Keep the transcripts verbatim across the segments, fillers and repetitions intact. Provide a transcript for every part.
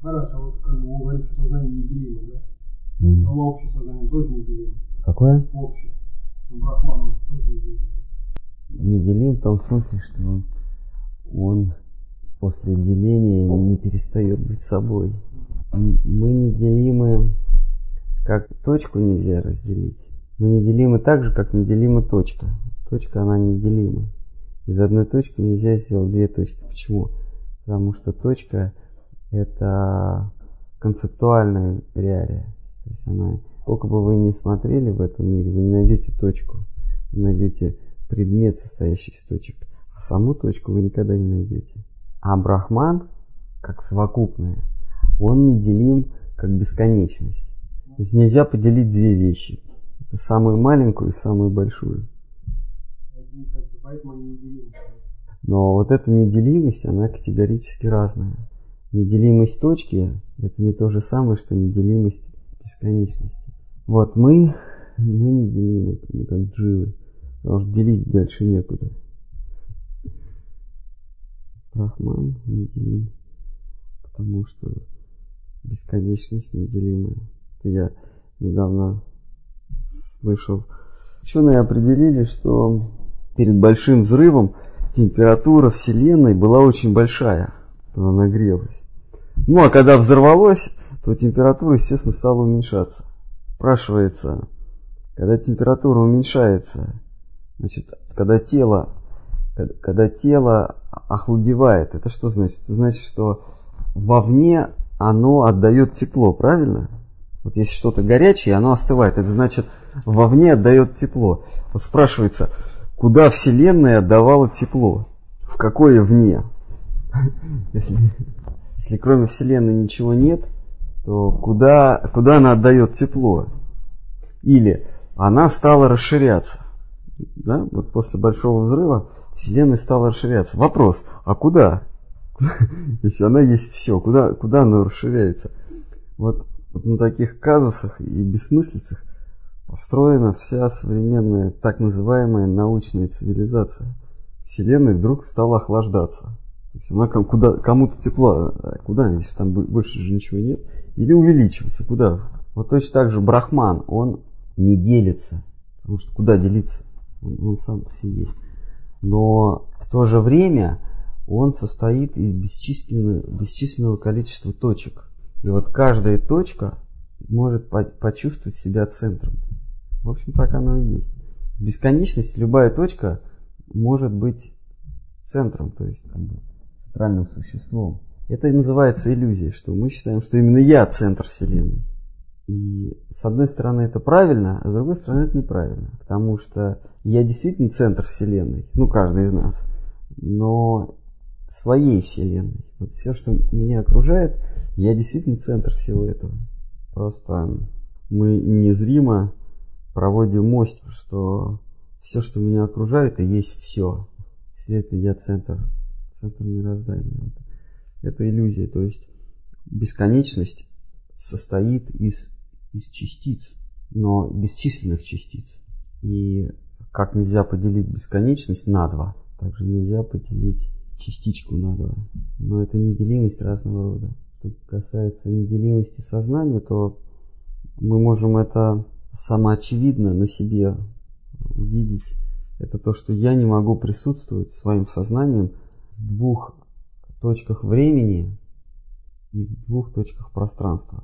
Хорошо, вот как бы вы говорите, что сознание неделимо, да? Mm. А общее сознание тоже неделимо. Какое? Общее. Брахман тоже неделим. Неделим в том смысле, что он, он после деления не перестает быть собой. Мы неделимы, как точку нельзя разделить. Мы неделимы так же, как неделима точка. Точка, она неделима. Из одной точки нельзя сделать две точки. Почему? Потому что точка — это концептуальная реалия. То есть она, сколько бы вы ни смотрели в этом мире, вы не найдете точку. Вы найдете предмет, состоящий из точек. А саму точку вы никогда не найдете. А Брахман, как совокупное, он неделим как бесконечность. То есть нельзя поделить две вещи. Это самую маленькую и самую большую. Но вот эта неделимость, она категорически разная. Неделимость точки — это не то же самое, что неделимость бесконечности. Вот мы, мы неделимы, мы как дживы, потому что делить дальше некуда. Брахман неделим, потому что бесконечность неделимая. Это я недавно слышал. Ученые определили, что перед большим взрывом температура Вселенной была очень большая. Она нагрелась. Ну а когда взорвалось, то температура, естественно, стала уменьшаться. Спрашивается, когда температура уменьшается, значит, когда тело, когда, когда тело охладевает, это что значит? Это значит, что вовне оно отдает тепло, правильно? Вот если что-то горячее, оно остывает. Это значит, вовне отдает тепло. Вот спрашивается, куда Вселенная отдавала тепло? В какое вне? Если, если кроме Вселенной ничего нет, то куда, куда она отдает тепло? Или она стала расширяться. Да? Вот после Большого взрыва Вселенная стала расширяться. Вопрос, а куда? Если она есть все, куда, куда она расширяется? Вот, вот на таких казусах и бессмыслицах построена вся современная так называемая научная цивилизация. Вселенная вдруг стала охлаждаться. То есть она куда, кому-то тепло, а куда, если там больше же ничего нет? Или увеличиваться, куда? Вот точно так же Брахман, он не делится. Потому что куда делиться? Он, он сам по себе есть. Но в то же время он состоит из бесчисленного, бесчисленного количества точек. И вот каждая точка может по- почувствовать себя центром. В общем, так оно и есть. В бесконечности любая точка может быть центром, то есть как бы, центральным существом. Это и называется иллюзией, что мы считаем, что именно я центр Вселенной. И с одной стороны это правильно, а с другой стороны это неправильно. Потому что я действительно центр Вселенной, ну каждый из нас, но своей Вселенной. Вот все, что меня окружает, я действительно центр всего этого. Просто мы незримо проводим мост, что все, что меня окружает, и есть все. Если это я центр, центр мироздания. Вот. Это иллюзия. То есть бесконечность состоит из, из частиц, но бесчисленных частиц. И как нельзя поделить бесконечность на два, также нельзя поделить частичку на два. Но это неделимость разного рода. Что касается неделимости сознания, то мы можем это самоочевидно на себе увидеть. Это то, что я не могу присутствовать своим сознанием в двух точках времени и в двух точках пространства.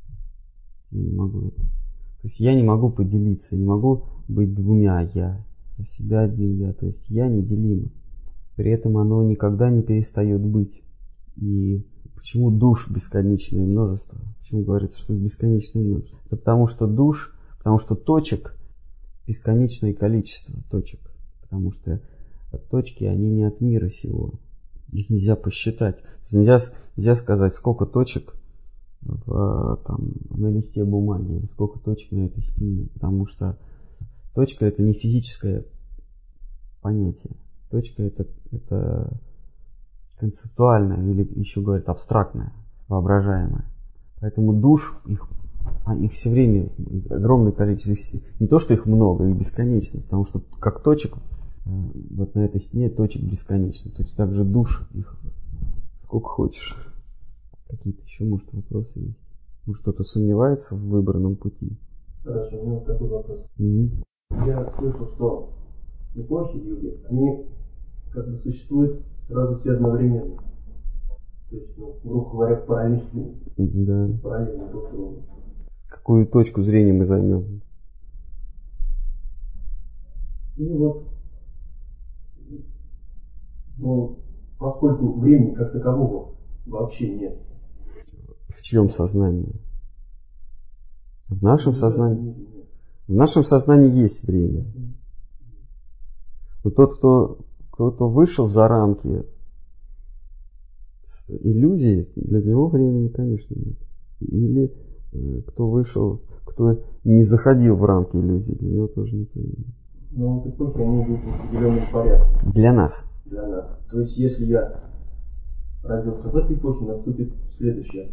Я не могу это. То есть я не могу поделиться, не могу быть двумя я. Я всегда один я. То есть я неделимо. При этом оно никогда не перестает быть. И почему душ бесконечное множество? Почему говорится, что бесконечное множество? Это потому что душ, потому что точек бесконечное количество точек. Потому что точки, они не от мира сего. Их нельзя посчитать. Нельзя, нельзя сказать, сколько точек в, там, на листе бумаги, или сколько точек на этой стене. Потому что точка — это не физическое понятие. Точка — это, это концептуальное, или еще говорят абстрактное, воображаемое. Поэтому душ, их, их все время огромное количество. Не то, что их много, их бесконечно. Потому что как точек, вот на этой стене точек бесконечно. Точно так же душ, их сколько хочешь. Какие-то еще, может, вопросы есть? Может, кто-то сомневается в выбранном пути? Хорошо, у меня вот такой вопрос. Угу. Я слышал, что эпохи юги, они как бы существуют сразу все одновременно. То есть, ну, грубо говоря, параллельно. Да. Параллельно друг другу. Какую точку зрения мы займем? И вот, ну, поскольку времени как такового вообще нет. В чьем сознании? В нашем сознании? В нашем сознании есть время. Но тот, кто, кто вышел за рамки иллюзии, для него времени, конечно, нет. Или э, кто вышел, кто не заходил в рамки иллюзии, для него тоже нет времени. Но вот эпохи, они идут в определенном порядке. Для нас. Для нас. То есть, если я родился в этой эпохе, наступит следующая.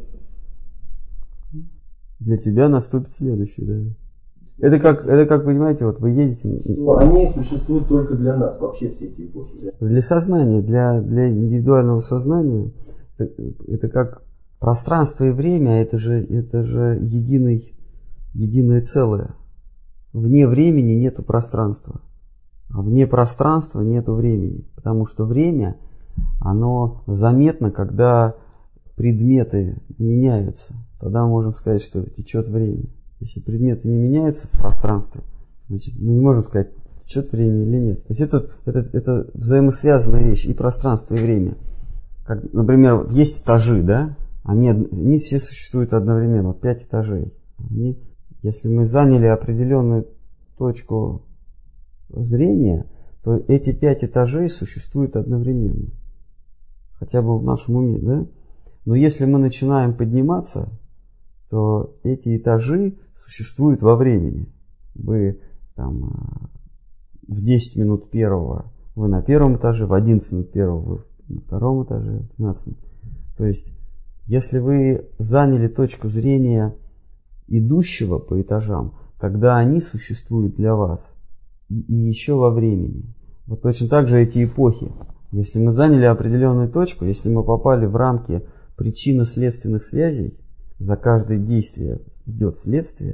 Для тебя наступит следующий, да. Это как, это как, понимаете, вот вы едете... Что они существуют только для нас, вообще все эти эпохи. Да? Для сознания, для, для индивидуального сознания, это, это как пространство и время, это же, это же единый, единое целое. Вне времени нету пространства, а вне пространства нету времени. Потому что время, оно заметно, когда предметы меняются. Тогда мы можем сказать, что течет время. Если предметы не меняются в пространстве, значит, мы не можем сказать, течет время или нет. То есть это, это, это взаимосвязанная вещь, и пространство, и время. Как, например, вот есть этажи, да? Они, они все существуют одновременно, вот пять этажей. Они, если мы заняли определенную точку зрения, то эти пять этажей существуют одновременно. Хотя бы в нашем уме, да? Но если мы начинаем подниматься, то эти этажи существуют во времени. Вы там в десять минут первого вы на первом этаже, в одиннадцать минут первого вы на втором этаже, в двенадцать минут. То есть, если вы заняли точку зрения идущего по этажам, тогда они существуют для вас. И, и еще во времени. Вот точно так же эти эпохи. Если мы заняли определенную точку, если мы попали в рамки причинно-следственных связей, за каждое действие идет следствие,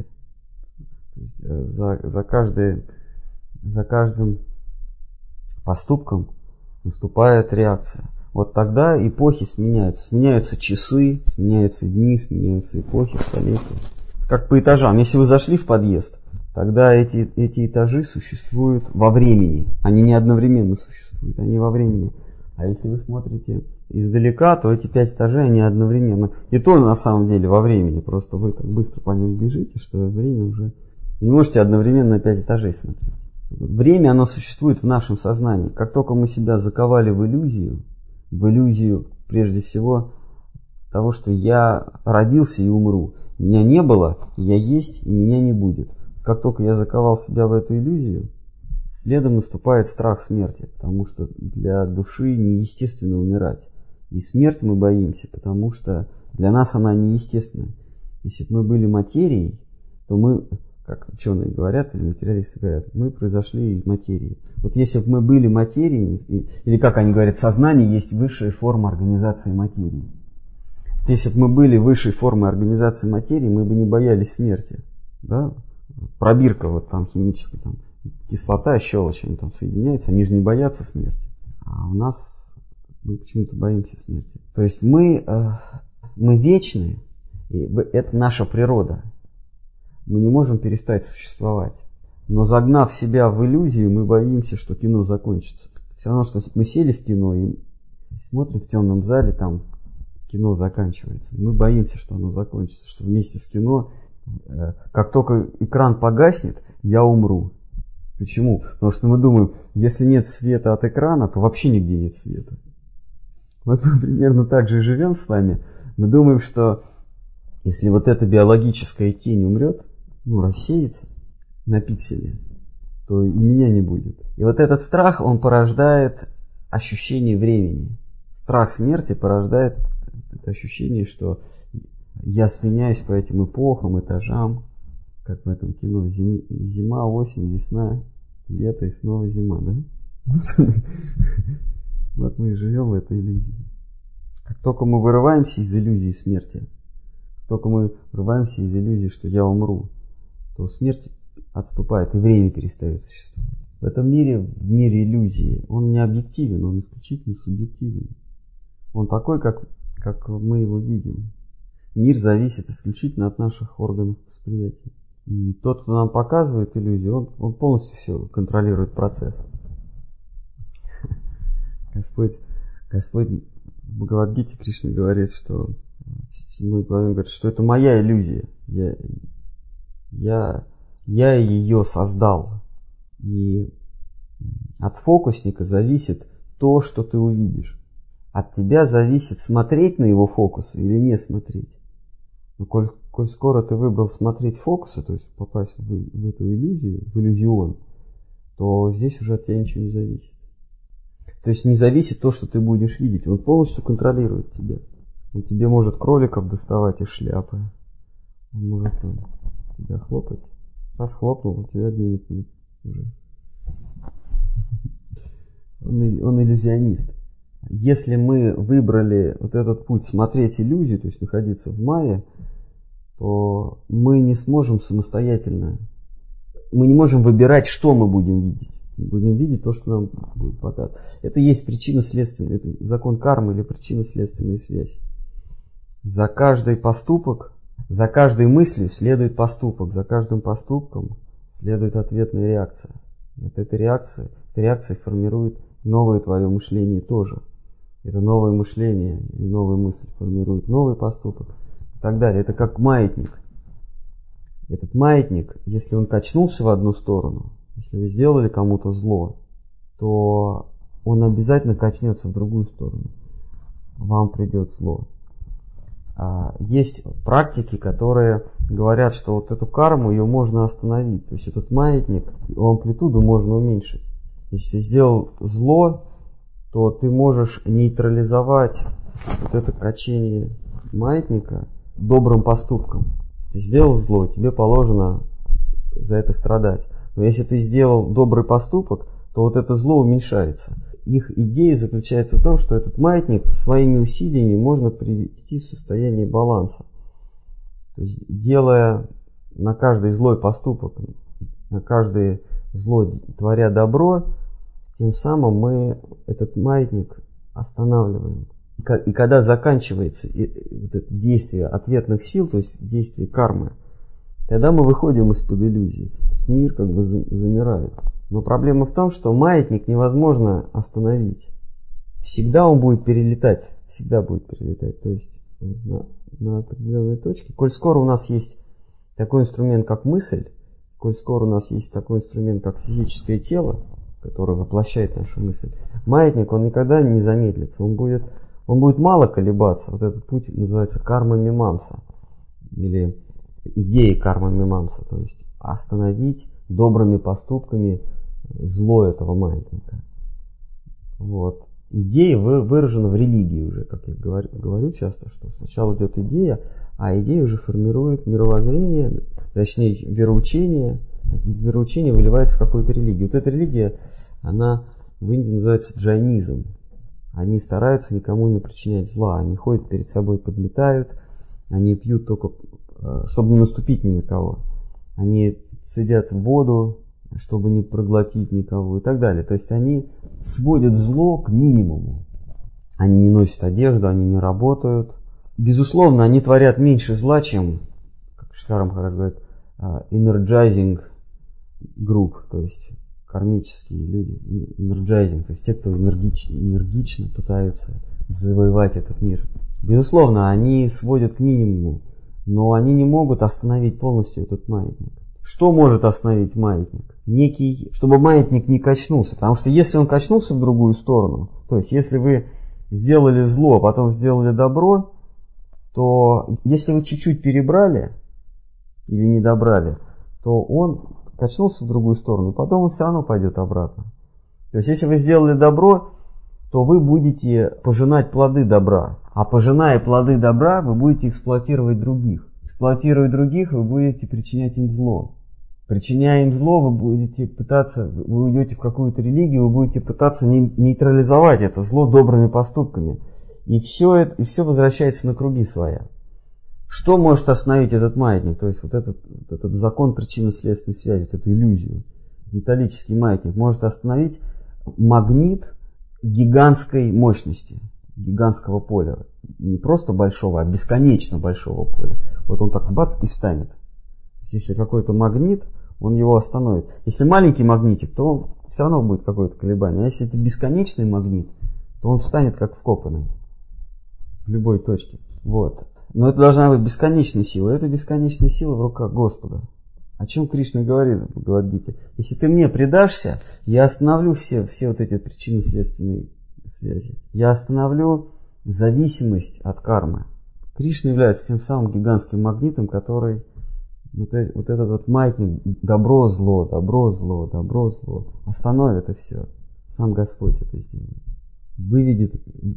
за, за, каждое, за каждым поступком наступает реакция. Вот тогда эпохи сменяются. Сменяются часы, сменяются дни, сменяются эпохи, столетия. Как по этажам. Если вы зашли в подъезд, тогда эти, эти этажи существуют во времени. Они не одновременно существуют, они во времени. А если вы смотрите издалека, то эти пять этажей, они одновременно. И то на самом деле во времени. Просто вы так быстро по ним бежите, что время уже... Вы не можете одновременно на пять этажей смотреть. Время, оно существует в нашем сознании. Как только мы себя заковали в иллюзию, в иллюзию прежде всего того, что я родился и умру. Меня не было, я есть, и меня не будет. Как только я заковал себя в эту иллюзию, следом наступает страх смерти, потому что для души неестественно умирать. И смерть мы боимся, потому что для нас она неестественна. Если бы мы были материей, то мы, как ученые говорят, или материалисты говорят, мы произошли из материи. Вот если бы мы были материей, или как они говорят, сознание есть высшая форма организации материи. Если бы мы были высшей формой организации материи, мы бы не боялись смерти. Да? Пробирка вот там химическая, там, кислота, щелочь, они там соединяются, они же не боятся смерти. А у нас мы почему-то боимся смерти. То есть мы, э, мы вечны, и это наша природа. Мы не можем перестать существовать. Но загнав себя в иллюзию, мы боимся, что кино закончится. Все равно, что мы сели в кино и смотрим в темном зале, там кино заканчивается. И мы боимся, что оно закончится, что вместе с кино, э, как только экран погаснет, я умру. Почему? Потому что мы думаем, если нет света от экрана, то вообще нигде нет света. Вот мы примерно так же и живем с вами. Мы думаем, что если вот эта биологическая тень умрет, ну, рассеется на пикселе, то и меня не будет. И вот этот страх, он порождает ощущение времени. Страх смерти порождает это ощущение, что я сменяюсь по этим эпохам, этажам, как в этом кино. Зим, зима, осень, весна, лето и снова зима, да? Вот мы и живем в этой иллюзии. Как только мы вырываемся из иллюзии смерти, как только мы вырываемся из иллюзии, что я умру, то смерть отступает, и время перестает существовать. В этом мире, в мире иллюзии, он не объективен, он исключительно субъективен. Он такой, как, как мы его видим. Мир зависит исключительно от наших органов восприятия. И тот, кто нам показывает иллюзию, он, он полностью все контролирует процесс. Господь, Господь в Бхагавад-гите Кришна говорит, что в седьмой главе говорит, что это моя иллюзия. Я, я, я ее создал. И от фокусника зависит то, что ты увидишь. От тебя зависит, смотреть на его фокусы или не смотреть. Но коль, коль скоро ты выбрал смотреть фокусы, то есть попасть в, в эту иллюзию, в иллюзион, то здесь уже от тебя ничего не зависит. То есть не зависит то, что ты будешь видеть. Он полностью контролирует тебя. Он тебе может кроликов доставать из шляпы. Он может там, тебя хлопать. Раз хлопнул, у тебя денег нет уже. Он, он иллюзионист. Если мы выбрали вот этот путь смотреть иллюзию, то есть находиться в майе, то мы не сможем самостоятельно, мы не можем выбирать, что мы будем видеть. Мы будем видеть то, что нам будет показано. Это есть причинно-следственная, это закон кармы или причинно-следственная связь. За каждый поступок, за каждой мыслью следует поступок, за каждым поступком следует ответная реакция. И от этой реакции, эта реакция формирует новое твое мышление тоже. Это новое мышление и новая мысль формирует новый поступок и так далее. Это как маятник. Этот маятник, если он качнулся в одну сторону, если вы сделали кому-то зло, то он обязательно качнется в другую сторону. Вам придет зло. Есть практики, которые говорят, что вот эту карму ее можно остановить. То есть этот маятник, его амплитуду можно уменьшить. Если ты сделал зло, то ты можешь нейтрализовать вот это качение маятника добрым поступком. Ты сделал зло, тебе положено за это страдать. Но если ты сделал добрый поступок, то вот это зло уменьшается. Их идея заключается в том, что этот маятник своими усилиями можно привести в состояние баланса. То есть, делая на каждый злой поступок, на каждое зло творя добро, тем самым мы этот маятник останавливаем. И когда заканчивается вот это действие ответных сил, то есть действие кармы, тогда мы выходим из-под иллюзии. Мир как бы замирает. Но проблема в том, что маятник невозможно остановить. Всегда он будет перелетать. Всегда будет перелетать. То есть на, на определенной точке. Коль скоро у нас есть такой инструмент, как мысль, коль скоро у нас есть такой инструмент, как физическое тело, которое воплощает нашу мысль, маятник, он никогда не замедлится. Он будет, он будет мало колебаться. Вот этот путь называется карма-мимамса. Или идея карма-мимамса. То есть остановить добрыми поступками зло этого маятника. Вот. Идея выражена в религии уже, как я говорю, говорю часто, что сначала идет идея, а идея уже формирует мировоззрение, точнее вероучение. Вероучение выливается в какую-то религию. Вот эта религия, она в Индии называется джайнизм. Они стараются никому не причинять зла. Они ходят перед собой, подметают, они пьют только, чтобы не наступить ни на кого. Они сидят в воду, чтобы не проглотить никого и так далее. То есть они сводят зло к минимуму. Они не носят одежду, они не работают. Безусловно, они творят меньше зла, чем, как Шри Рама говорит, energizing group, то есть кармические люди, energizing, то есть те, кто энергично, энергично пытаются завоевать этот мир. Безусловно, они сводят к минимуму, но они не могут остановить полностью этот маятник. Что может остановить маятник? Некий, чтобы маятник не качнулся. Потому что если он качнулся в другую сторону, то есть если вы сделали зло, а потом сделали добро, то если вы чуть-чуть перебрали или не добрали, то он качнулся в другую сторону, потом он все равно пойдет обратно. То есть если вы сделали добро, то вы будете пожинать плоды добра. А пожиная плоды добра, вы будете эксплуатировать других. Эксплуатируя других, вы будете причинять им зло. Причиняя им зло, вы будете пытаться, вы уйдете в какую-то религию, вы будете пытаться нейтрализовать это зло добрыми поступками. И все, это, и все возвращается на круги своя. Что может остановить этот маятник? То есть вот этот, вот этот закон причинно-следственной связи, вот эту иллюзию. Металлический маятник может остановить магнит гигантской мощности, гигантского поля. Не просто большого, а бесконечно большого поля. Вот он так бац и станет. То есть если какой-то магнит, он его остановит. Если маленький магнитик, то все равно будет какое-то колебание. А если это бесконечный магнит, то он встанет как вкопанный в любой точке. Вот. Но это должна быть бесконечная сила. Это бесконечная сила в руках Господа. О чем Кришна говорит в Бхагавад-гите? Если ты мне предашься, я остановлю все, все вот эти причинно-следственные связи. Я остановлю зависимость от кармы. Кришна является тем самым гигантским магнитом, который вот, вот этот вот маятник добро-зло, добро-зло, добро-зло остановит это все. Сам Господь это сделает. Выведет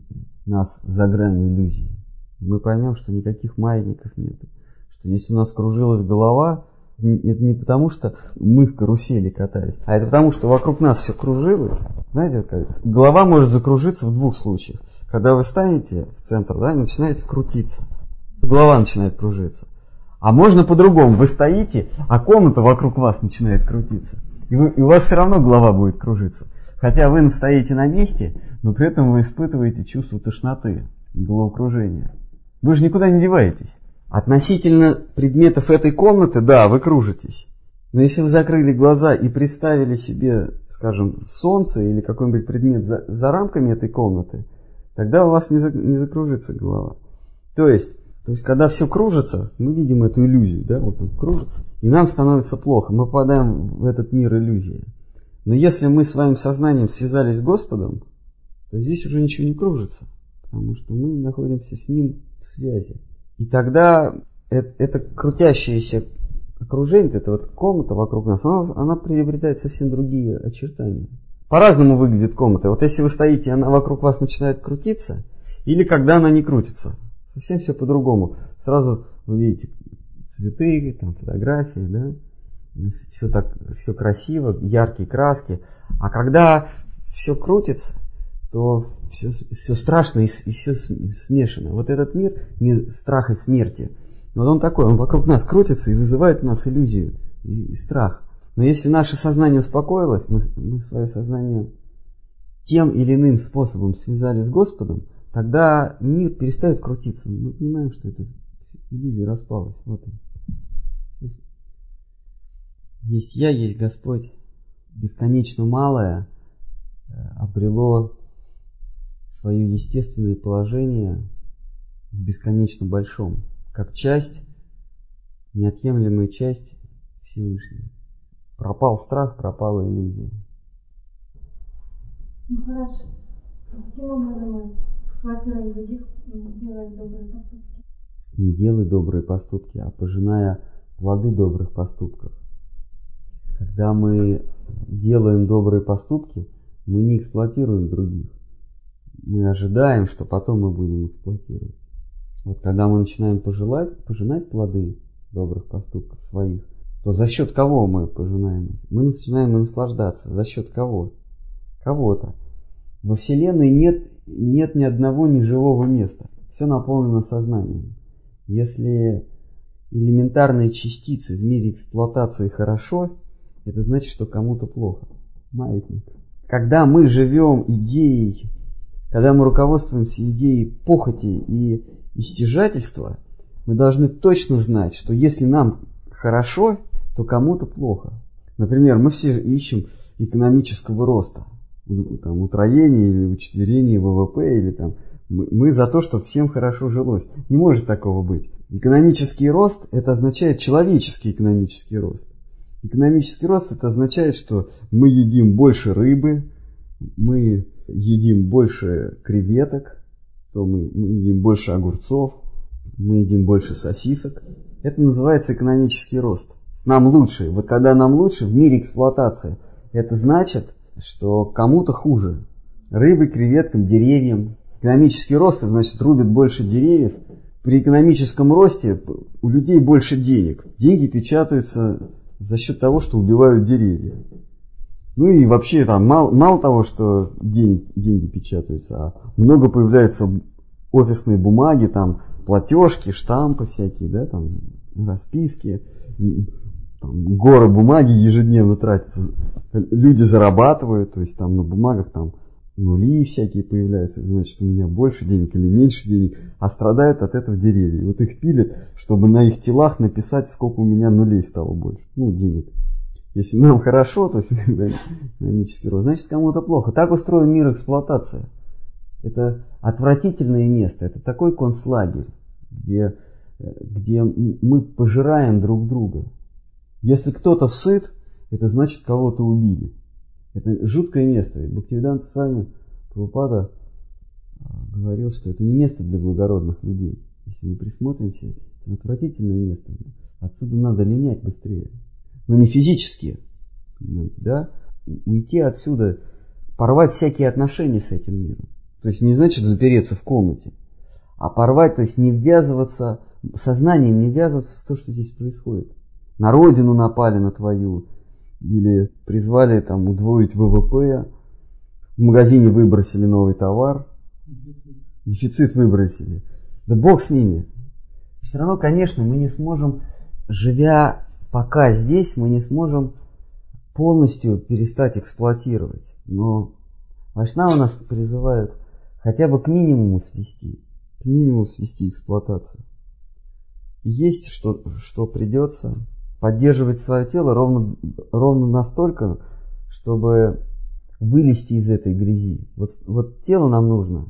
нас за грань иллюзии. Мы поймем, что никаких маятников нет. Что если у нас кружилась голова, это не потому, что мы в карусели катались, а это потому, что вокруг нас все кружилось. Знаете, вот как? Голова может закружиться в двух случаях. Когда вы станете в центр, да, и начинаете крутиться. Голова начинает кружиться. А можно по-другому. Вы стоите, а комната вокруг вас начинает крутиться. И, вы, и у вас все равно голова будет кружиться. Хотя вы стоите на месте, но при этом вы испытываете чувство тошноты, головокружения. Вы же никуда не деваетесь. Относительно предметов этой комнаты, да, вы кружитесь. Но если вы закрыли глаза и представили себе, скажем, солнце или какой-нибудь предмет за, за рамками этой комнаты, тогда у вас не, за, не закружится голова. То есть, то есть, когда все кружится, мы видим эту иллюзию, да, вот он кружится, и нам становится плохо, мы попадаем в этот мир иллюзии. Но если мы своим сознанием связались с Господом, то здесь уже ничего не кружится, потому что мы находимся с Ним в связи. И тогда это, это крутящееся окружение, эта вот комната вокруг нас, она, она приобретает совсем другие очертания. По-разному выглядит комната. Вот если вы стоите, она вокруг вас начинает крутиться, или когда она не крутится. Совсем все по-другому. Сразу вы видите цветы, там, фотографии, да? Все так, все красиво, яркие краски. А когда все крутится, то все, все страшно и, и все смешано. Вот этот мир, мир страха и смерти, вот он такой, он вокруг нас крутится и вызывает в нас иллюзию и, и страх. Но если наше сознание успокоилось, мы, мы свое сознание тем или иным способом связали с Господом, тогда мир перестает крутиться. Мы понимаем, что эта иллюзия распалась. Вот он. Есть я, есть Господь. Бесконечно малое обрело свое естественное положение в бесконечно большом, как часть, неотъемлемая часть Всевышнего. Пропал страх, пропала иллюзия. Ну хорошо. Каким образом мы эксплуатируем других, делая добрые поступки? Не делай добрые поступки, а пожиная плоды добрых поступков. Когда мы делаем добрые поступки, мы не эксплуатируем других. Мы ожидаем, что потом мы будем эксплуатировать. Вот когда мы начинаем пожелать, пожинать плоды добрых поступков своих, то за счет кого мы пожинаем? Мы начинаем наслаждаться. За счет кого? Кого-то. Во Вселенной нет, нет ни одного неживого места. Все наполнено сознанием. Если элементарные частицы в мире эксплуатации хорошо, это значит, что кому-то плохо. Маятник. Когда мы живем идеей, когда мы руководствуемся идеей похоти и истяжательства, мы должны точно знать, что если нам хорошо, то кому-то плохо. Например, мы все ищем экономического роста, там, утроения или учетверения ВВП, или там, мы, мы за то, чтобы всем хорошо жилось. Не может такого быть. Экономический рост – это означает человеческий экономический рост. Экономический рост – это означает, что мы едим больше рыбы, мы едим больше креветок, то мы, мы едим больше огурцов, мы едим больше сосисок. Это называется экономический рост. Нам лучше. Вот когда нам лучше в мире эксплуатации, это значит, что кому-то хуже. Рыбы, креветкам, деревьям. Экономический рост, это значит, рубят больше деревьев. При экономическом росте у людей больше денег. Деньги печатаются за счет того, что убивают деревья. Ну и вообще там мало, мало того, что деньги, деньги печатаются, а много появляется офисные бумаги, там, платежки, штампы всякие, да, там, расписки, там, горы бумаги ежедневно тратятся. Люди зарабатывают, то есть там на бумагах там нули всякие появляются, значит, у меня больше денег или меньше денег, а страдают от этого деревья. И вот их пилят, чтобы на их телах написать, сколько у меня нулей стало больше, ну, денег. Если нам хорошо, то есть экономический рост, значит, кому-то плохо. Так устроен мир эксплуатации. Это отвратительное место, это такой концлагерь, где, где мы пожираем друг друга. Если кто-то сыт, это значит, кого-то убили. Это жуткое место. И Бхактивиданта Свами Прабхупада говорил, что это не место для благородных людей. Если мы присмотримся, это отвратительное место. Отсюда надо линять быстрее. Но не физически, понимаете, да? Уйти отсюда, порвать всякие отношения с этим миром. То есть не значит запереться в комнате, а порвать, то есть не ввязываться, сознанием не ввязываться в то, что здесь происходит. На родину напали на твою, или призвали там удвоить ВВП, в магазине выбросили новый товар, дефицит, дефицит выбросили. Да бог с ними. Все равно, конечно, мы не сможем, живя пока здесь, мы не сможем полностью перестать эксплуатировать. Но вайшнавы нас призывают хотя бы к минимуму свести, к минимуму свести эксплуатацию. И есть что, что придется поддерживать свое тело ровно, ровно настолько, чтобы вылезти из этой грязи. Вот, вот тело нам нужно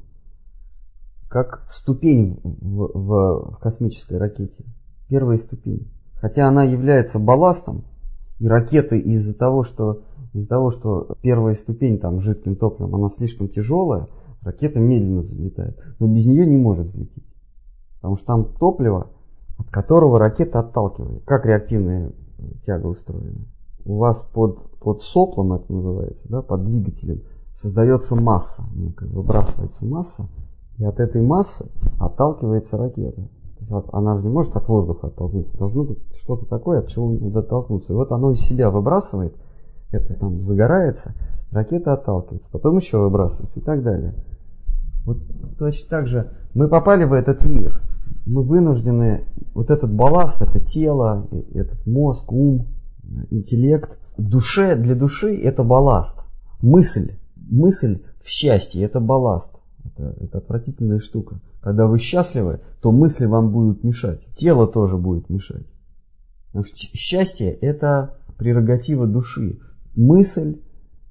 как ступень в, в, в космической ракете. Первая ступень. Хотя она является балластом, и ракета из-за того, что, из-за того, что первая ступень там, жидким топливом, она слишком тяжелая, ракета медленно взлетает. Но без нее не может взлететь. Потому что там топливо, от которого ракета отталкивает. Как реактивная тяга устроена? У вас под, под соплом, это называется, да, под двигателем, создается масса, некая, выбрасывается масса, и от этой массы отталкивается ракета. То есть она же не может от воздуха оттолкнуться. Должно быть что-то такое, от чего надо оттолкнуться. И вот оно из себя выбрасывает, это там загорается, ракета отталкивается, потом еще выбрасывается и так далее. Вот точно так же мы попали в этот мир. Мы вынуждены, вот этот балласт, это тело, этот мозг, ум, интеллект, душе, для души это балласт. Мысль, мысль в счастье это балласт. Это, это отвратительная штука. Когда вы счастливы, то мысли вам будут мешать. Тело тоже будет мешать. Потому что счастье это прерогатива души. Мысль,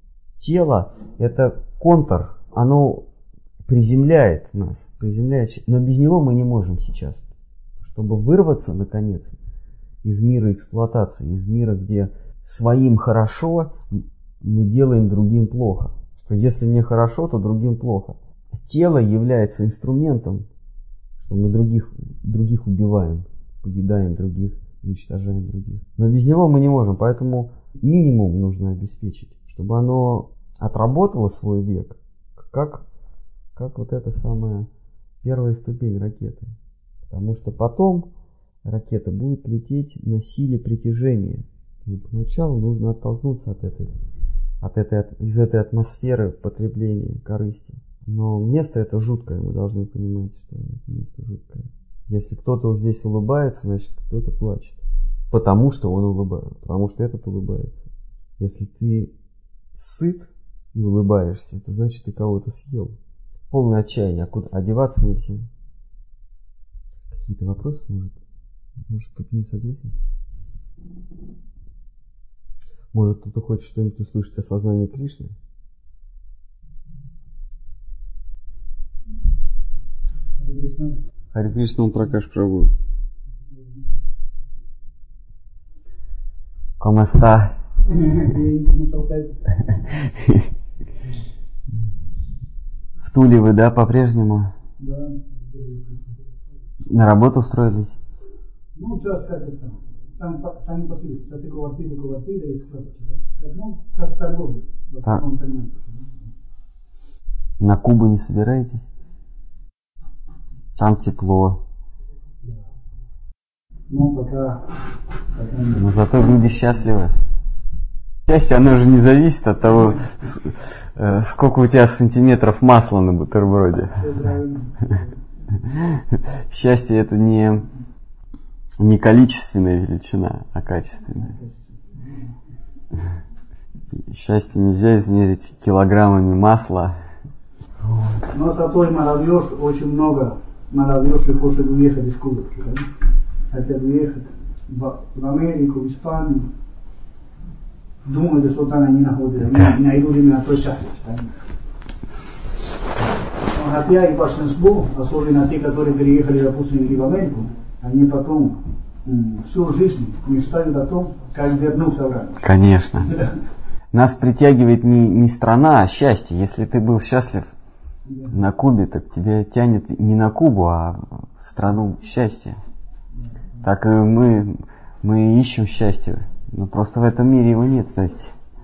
тело это контур, оно приземляет нас, приземляет, но без него мы не можем сейчас. Чтобы вырваться, наконец, из мира эксплуатации, из мира, где своим хорошо, мы делаем другим плохо. Что если мне хорошо, то другим плохо. Тело является инструментом, что мы других, других убиваем, поедаем других, уничтожаем других. Но без него мы не можем, поэтому минимум нужно обеспечить, чтобы оно отработало свой век, как как вот эта самая первая ступень ракеты. Потому что потом ракета будет лететь на силе притяжения. И поначалу нужно оттолкнуться от этой, от этой, из этой атмосферы потребления, корысти. Но место это жуткое, мы должны понимать, что это место жуткое. Если кто-то вот здесь улыбается, значит кто-то плачет. Потому что он улыбается, потому что этот улыбается. Если ты сыт и улыбаешься, это значит ты кого-то съел. Полное отчаяние, а куда одеваться нельзя. Какие-то вопросы, может? Может, кто-то не согласен? Может, кто-то хочет что-нибудь услышать о сознании Кришны? Харе Кришна, он Пракаш Прабху. ¿Cómo está? В Туле вы, да, по-прежнему? Да. На работу устроились? Ну, сейчас как это самое. Сами, сами по себе. Сейчас и квартиры, и квартиры, и склепочки. Да? Ну, сейчас торговля. В основном заниматься. На Кубу не собираетесь? Там тепло. Да. Ну, пока... пока нет. Но зато люди счастливы. Счастье, оно же не зависит от того, сколько у тебя сантиметров масла на бутерброде. Счастье это не, не количественная величина, а качественная. Счастье нельзя измерить килограммами масла. Но зато и молодежь, очень много молодежи хочет уехать из Кубы. Да? Хотят уехать в, в Америку, в Испанию. Думают, что там они находятся. Они найдут именно то счастье. Но хотя и большинство, особенно те, которые переехали, допустим, в Америку, они потом м, всю жизнь мечтают о том, как вернуться обратно. Конечно. Нас притягивает не, не страна, а счастье. Если ты был счастлив на Кубе, так тебя тянет не на Кубу, а в страну счастья. Так и мы, мы ищем счастье. Но просто в этом мире его нет, Настя.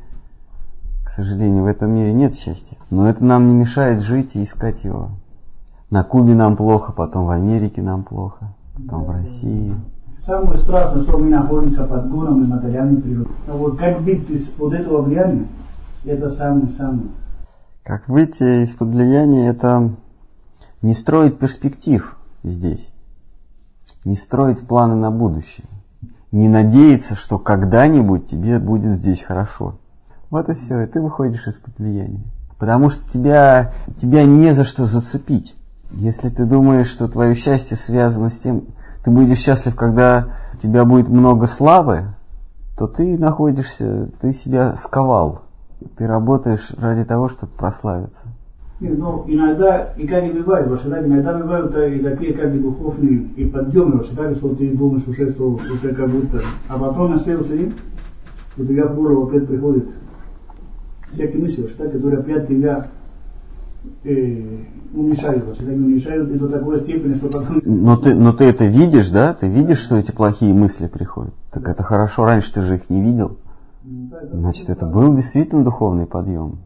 К сожалению, в этом мире нет счастья. Но это нам не мешает жить и искать его. На Кубе нам плохо, потом в Америке нам плохо, потом в России. Самое страшное, что мы находимся под гонами материальной природы. А вот как быть из-под этого влияния, это самое-самое. Как выйти из-под влияния, это не строить перспектив здесь, не строить планы на будущее, не надеяться, что когда-нибудь тебе будет здесь хорошо. Вот и все, и ты выходишь из-под влияния. Потому что тебя, тебя не за что зацепить. Если ты думаешь, что твое счастье связано с тем, ты будешь счастлив, когда у тебя будет много славы, то ты находишься, ты себя сковал. Ты работаешь ради того, чтобы прославиться. Но иногда, и как и бывает, вообще, так, иногда бывают и такие как бы духовные и подъемы, вообще, так, что ты думаешь уже, что уже как будто. А потом на следующий день у тебя в голову опять приходит всякие мысли, вообще, так, которые опять тебя э, уменьшают, вообще, так, уменьшают и до такой степени, что потом... Но ты, но ты это видишь, да? Ты видишь, что эти плохие мысли приходят? Так это хорошо, раньше ты же их не видел. Значит, это был действительно духовный подъем.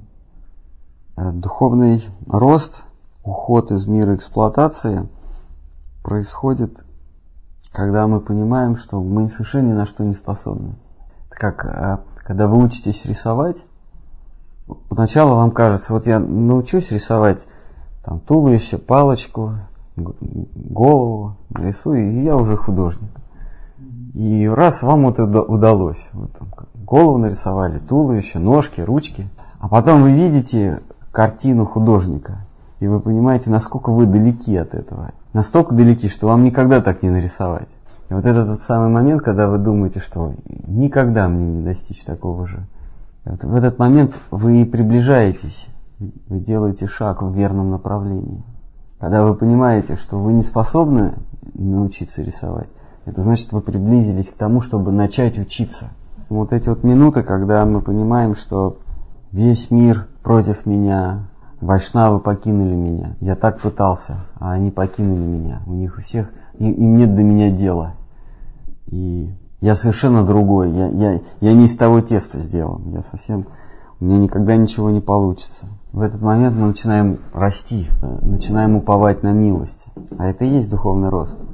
Духовный рост, уход из мира эксплуатации происходит, когда мы понимаем, что мы совершенно ни на что не способны. Это как, когда вы учитесь рисовать, поначалу вам кажется, вот я научусь рисовать там, туловище, палочку, голову, рисую, и я уже художник. И раз вам это удалось. Вот, там, голову нарисовали, туловище, ножки, ручки. А потом вы видите картину художника. И вы понимаете, насколько вы далеки от этого. Настолько далеки, что вам никогда так не нарисовать. И вот это тот самый момент, когда вы думаете, что никогда мне не достичь такого же. И вот в этот момент вы приближаетесь. Вы делаете шаг в верном направлении. Когда вы понимаете, что вы не способны научиться рисовать, это значит, вы приблизились к тому, чтобы начать учиться. Вот эти вот минуты, когда мы понимаем, что весь мир против меня, вайшнавы покинули меня, я так пытался, а они покинули меня. У них у всех, им нет до меня дела. И я совершенно другой, я, я, я не из того теста сделан, я совсем, у меня никогда ничего не получится. В этот момент мы начинаем расти, начинаем уповать на милость. А это и есть духовный рост.